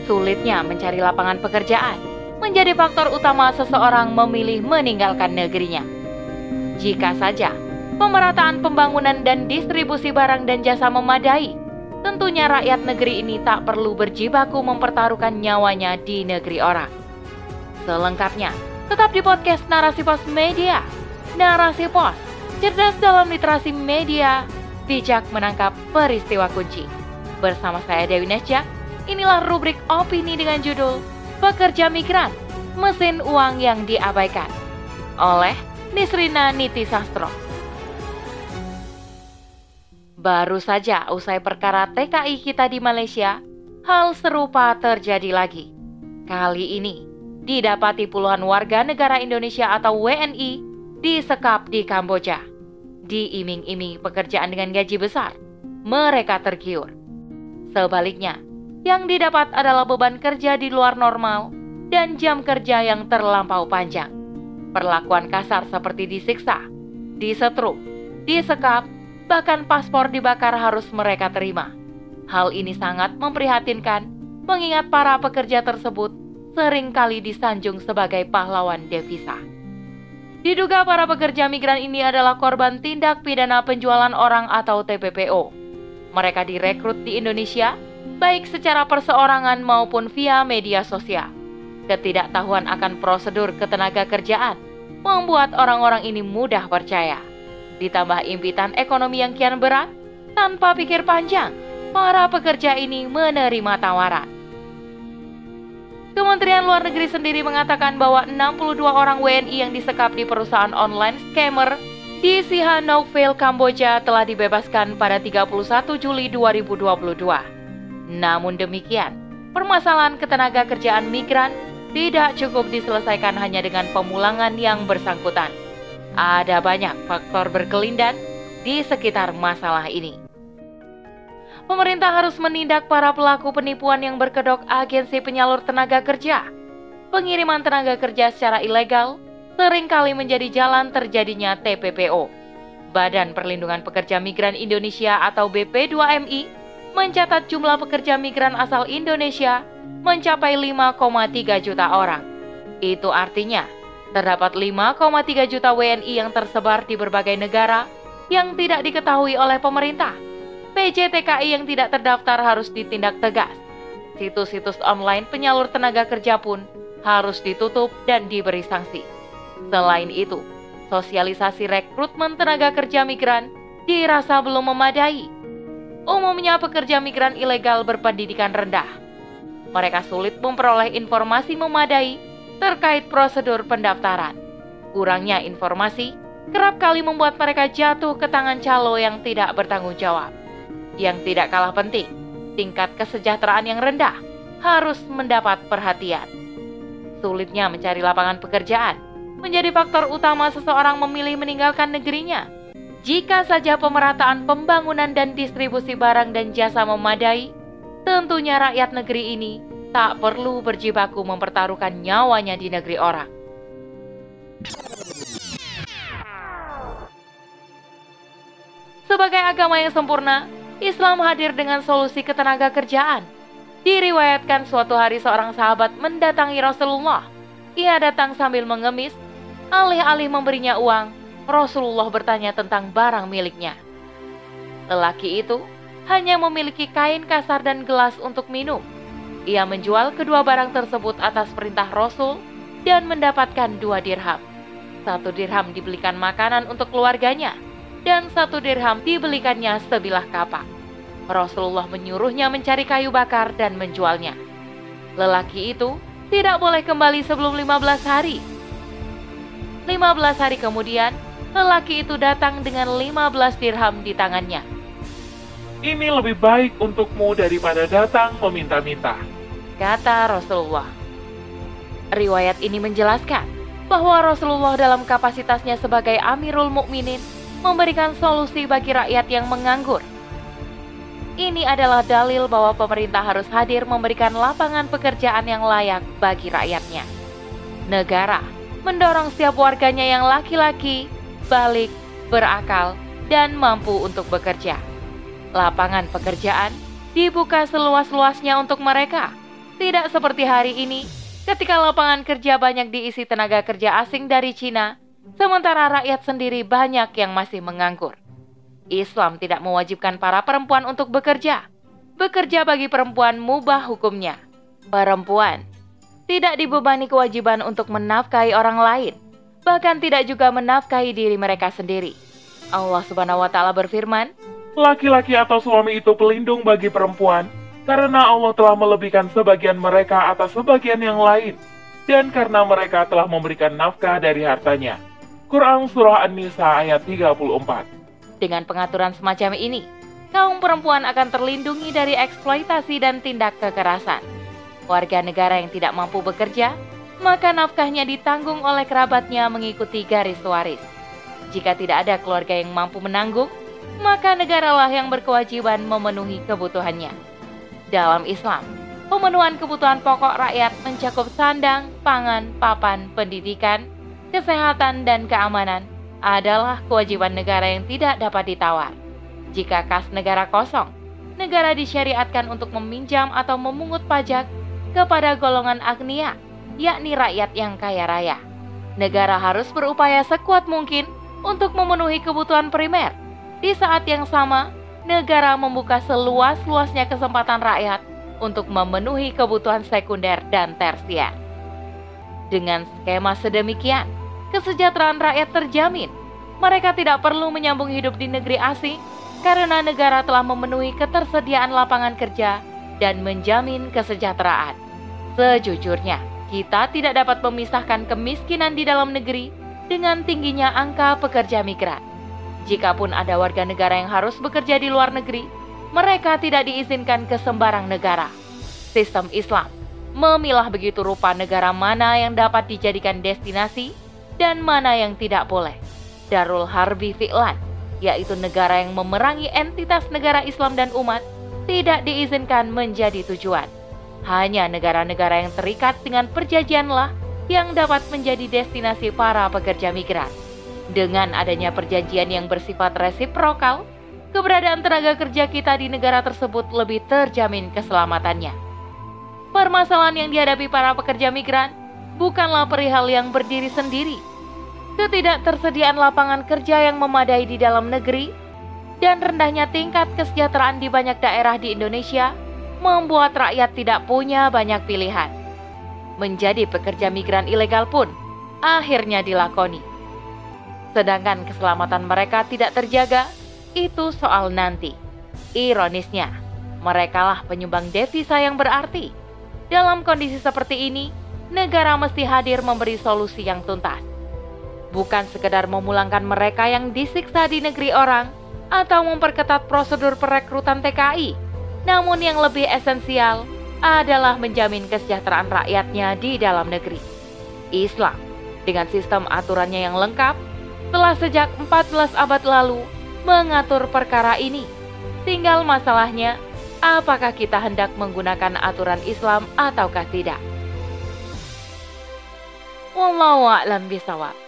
Sulitnya mencari lapangan pekerjaan menjadi faktor utama seseorang memilih meninggalkan negerinya. Jika saja pemerataan pembangunan dan distribusi barang dan jasa memadai, tentunya rakyat negeri ini tak perlu berjibaku mempertaruhkan nyawanya di negeri orang. Selengkapnya, tetap di podcast Narasi Pos Media. Narasi Pos, cerdas dalam literasi media, bijak menangkap peristiwa kunci. Bersama saya Dewi Nesja, inilah rubrik opini dengan judul Pekerja Migran, Mesin Uang yang Diabaikan oleh Nisrina Niti Sastro. Baru saja usai perkara TKI kita di Malaysia, hal serupa terjadi lagi. Kali ini, didapati puluhan warga negara Indonesia atau WNI disekap di Kamboja. Diiming-iming pekerjaan dengan gaji besar, mereka tergiur. Sebaliknya, yang didapat adalah beban kerja di luar normal dan jam kerja yang terlampau panjang. Perlakuan kasar seperti disiksa, disetrum, disekap, bahkan paspor dibakar harus mereka terima. Hal ini sangat memprihatinkan, mengingat para pekerja tersebut seringkali disanjung sebagai pahlawan devisa. Diduga para pekerja migran ini adalah korban tindak pidana penjualan orang atau TPPO. Mereka direkrut di Indonesia, baik secara perseorangan maupun via media sosial. Ketidaktahuan akan prosedur ketenaga kerjaan membuat orang-orang ini mudah percaya. Ditambah impitan ekonomi yang kian berat, tanpa pikir panjang, para pekerja ini menerima tawaran. Kementerian Luar Negeri sendiri mengatakan bahwa 62 orang WNI yang disekap di perusahaan online scammer di Sihanoukville, Kamboja telah dibebaskan pada 31 Juli 2022. Namun demikian, permasalahan ketenaga kerjaan migran tidak cukup diselesaikan hanya dengan pemulangan yang bersangkutan. Ada banyak faktor berkelindan di sekitar masalah ini. Pemerintah harus menindak para pelaku penipuan yang berkedok agensi penyalur tenaga kerja. Pengiriman tenaga kerja secara ilegal seringkali menjadi jalan terjadinya TPPO. Badan Perlindungan Pekerja Migran Indonesia atau BP2MI mencatat jumlah pekerja migran asal Indonesia mencapai 5,3 juta orang. Itu artinya terdapat 5,3 juta WNI yang tersebar di berbagai negara yang tidak diketahui oleh pemerintah. PJTKI yang tidak terdaftar harus ditindak tegas. Situs-situs online penyalur tenaga kerja pun harus ditutup dan diberi sanksi. Selain itu, sosialisasi rekrutmen tenaga kerja migran dirasa belum memadai. Umumnya pekerja migran ilegal berpendidikan rendah. Mereka sulit memperoleh informasi memadai terkait prosedur pendaftaran. Kurangnya informasi kerap kali membuat mereka jatuh ke tangan calo yang tidak bertanggung jawab. Yang tidak kalah penting, tingkat kesejahteraan yang rendah harus mendapat perhatian. Sulitnya mencari lapangan pekerjaan menjadi faktor utama seseorang memilih meninggalkan negerinya. Jika saja pemerataan pembangunan dan distribusi barang dan jasa memadai, tentunya rakyat negeri ini tak perlu berjibaku mempertaruhkan nyawanya di negeri orang. Sebagai agama yang sempurna, Islam hadir dengan solusi ketenaga kerjaan. Diriwayatkan suatu hari seorang sahabat mendatangi Rasulullah. Ia datang sambil mengemis. Alih-alih memberinya uang, Rasulullah bertanya tentang barang miliknya. Lelaki itu hanya memiliki kain kasar dan gelas untuk minum. Ia menjual kedua barang tersebut atas perintah Rasul dan mendapatkan 2 dirham. 1 dirham dibelikan makanan untuk keluarganya, dan 1 dirham dibelikannya sebilah kapak. Rasulullah menyuruhnya mencari kayu bakar dan menjualnya. Lelaki itu tidak boleh kembali sebelum 15 hari. 15 hari kemudian, lelaki itu datang dengan 15 dirham di tangannya. Ini lebih baik untukmu daripada datang meminta-minta, kata Rasulullah. Riwayat ini menjelaskan bahwa Rasulullah dalam kapasitasnya sebagai Amirul Mukminin memberikan solusi bagi rakyat yang menganggur. Ini adalah dalil bahwa pemerintah harus hadir memberikan lapangan pekerjaan yang layak bagi rakyatnya. Negara mendorong setiap warganya yang laki-laki, balik, berakal, dan mampu untuk bekerja. Lapangan pekerjaan dibuka seluas-luasnya untuk mereka. Tidak seperti hari ini, ketika lapangan kerja banyak diisi tenaga kerja asing dari Cina, sementara rakyat sendiri banyak yang masih menganggur. Islam tidak mewajibkan para perempuan untuk bekerja. Bekerja bagi perempuan mubah hukumnya. Perempuan tidak dibebani kewajiban untuk menafkahi orang lain, bahkan tidak juga menafkahi diri mereka sendiri. Allah Subhanahu wa Ta'ala berfirman, Laki-laki atau suami itu pelindung bagi perempuan, karena Allah telah melebihkan sebagian mereka atas sebagian yang lain, dan karena mereka telah memberikan nafkah dari hartanya. Quran Surah An-Nisa ayat 34. Dengan pengaturan semacam ini, kaum perempuan akan terlindungi dari eksploitasi dan tindak kekerasan. Warga negara yang tidak mampu bekerja, maka nafkahnya ditanggung oleh kerabatnya mengikuti garis waris. Jika tidak ada keluarga yang mampu menanggung, maka negaralah yang berkewajiban memenuhi kebutuhannya. Dalam Islam, pemenuhan kebutuhan pokok rakyat mencakup sandang, pangan, papan, pendidikan, kesehatan, dan keamanan adalah kewajiban negara yang tidak dapat ditawar. Jika kas negara kosong, negara disyariatkan untuk meminjam atau memungut pajak kepada golongan agnia, yakni rakyat yang kaya raya. Negara harus berupaya sekuat mungkin untuk memenuhi kebutuhan primer. Di saat yang sama, negara membuka seluas-luasnya kesempatan rakyat untuk memenuhi kebutuhan sekunder dan tersier. Dengan skema sedemikian, kesejahteraan rakyat terjamin. Mereka tidak perlu menyambung hidup di negeri asing karena negara telah memenuhi ketersediaan lapangan kerja dan menjamin kesejahteraan. Sejujurnya, kita tidak dapat memisahkan kemiskinan di dalam negeri dengan tingginya angka pekerja migran. Jikapun ada warga negara yang harus bekerja di luar negeri, mereka tidak diizinkan ke sembarang negara. Sistem Islam memilah begitu rupa negara mana yang dapat dijadikan destinasi dan mana yang tidak boleh. Darul Harbi Fi'lan, yaitu negara yang memerangi entitas negara Islam dan umat, tidak diizinkan menjadi tujuan. Hanya negara-negara yang terikat dengan perjanjianlah yang dapat menjadi destinasi para pekerja migran. Dengan adanya perjanjian yang bersifat resiprokal, keberadaan tenaga kerja kita di negara tersebut lebih terjamin keselamatannya. Permasalahan yang dihadapi para pekerja migran bukanlah perihal yang berdiri sendiri. Ketidaktersediaan lapangan kerja yang memadai di dalam negeri dan rendahnya tingkat kesejahteraan di banyak daerah di Indonesia membuat rakyat tidak punya banyak pilihan. Menjadi pekerja migran ilegal pun akhirnya dilakoni. Sedangkan keselamatan mereka tidak terjaga, itu soal nanti. Ironisnya, merekalah penyumbang devisa yang berarti. Dalam kondisi seperti ini, negara mesti hadir memberi solusi yang tuntas. Bukan sekedar memulangkan mereka yang disiksa di negeri orang atau memperketat prosedur perekrutan TKI, namun yang lebih esensial adalah menjamin kesejahteraan rakyatnya di dalam negeri. Islam, dengan sistem aturannya yang lengkap, telah sejak 14 abad lalu mengatur perkara ini. Tinggal masalahnya, apakah kita hendak menggunakan aturan Islam ataukah tidak? Wallahu a'lam bishawab.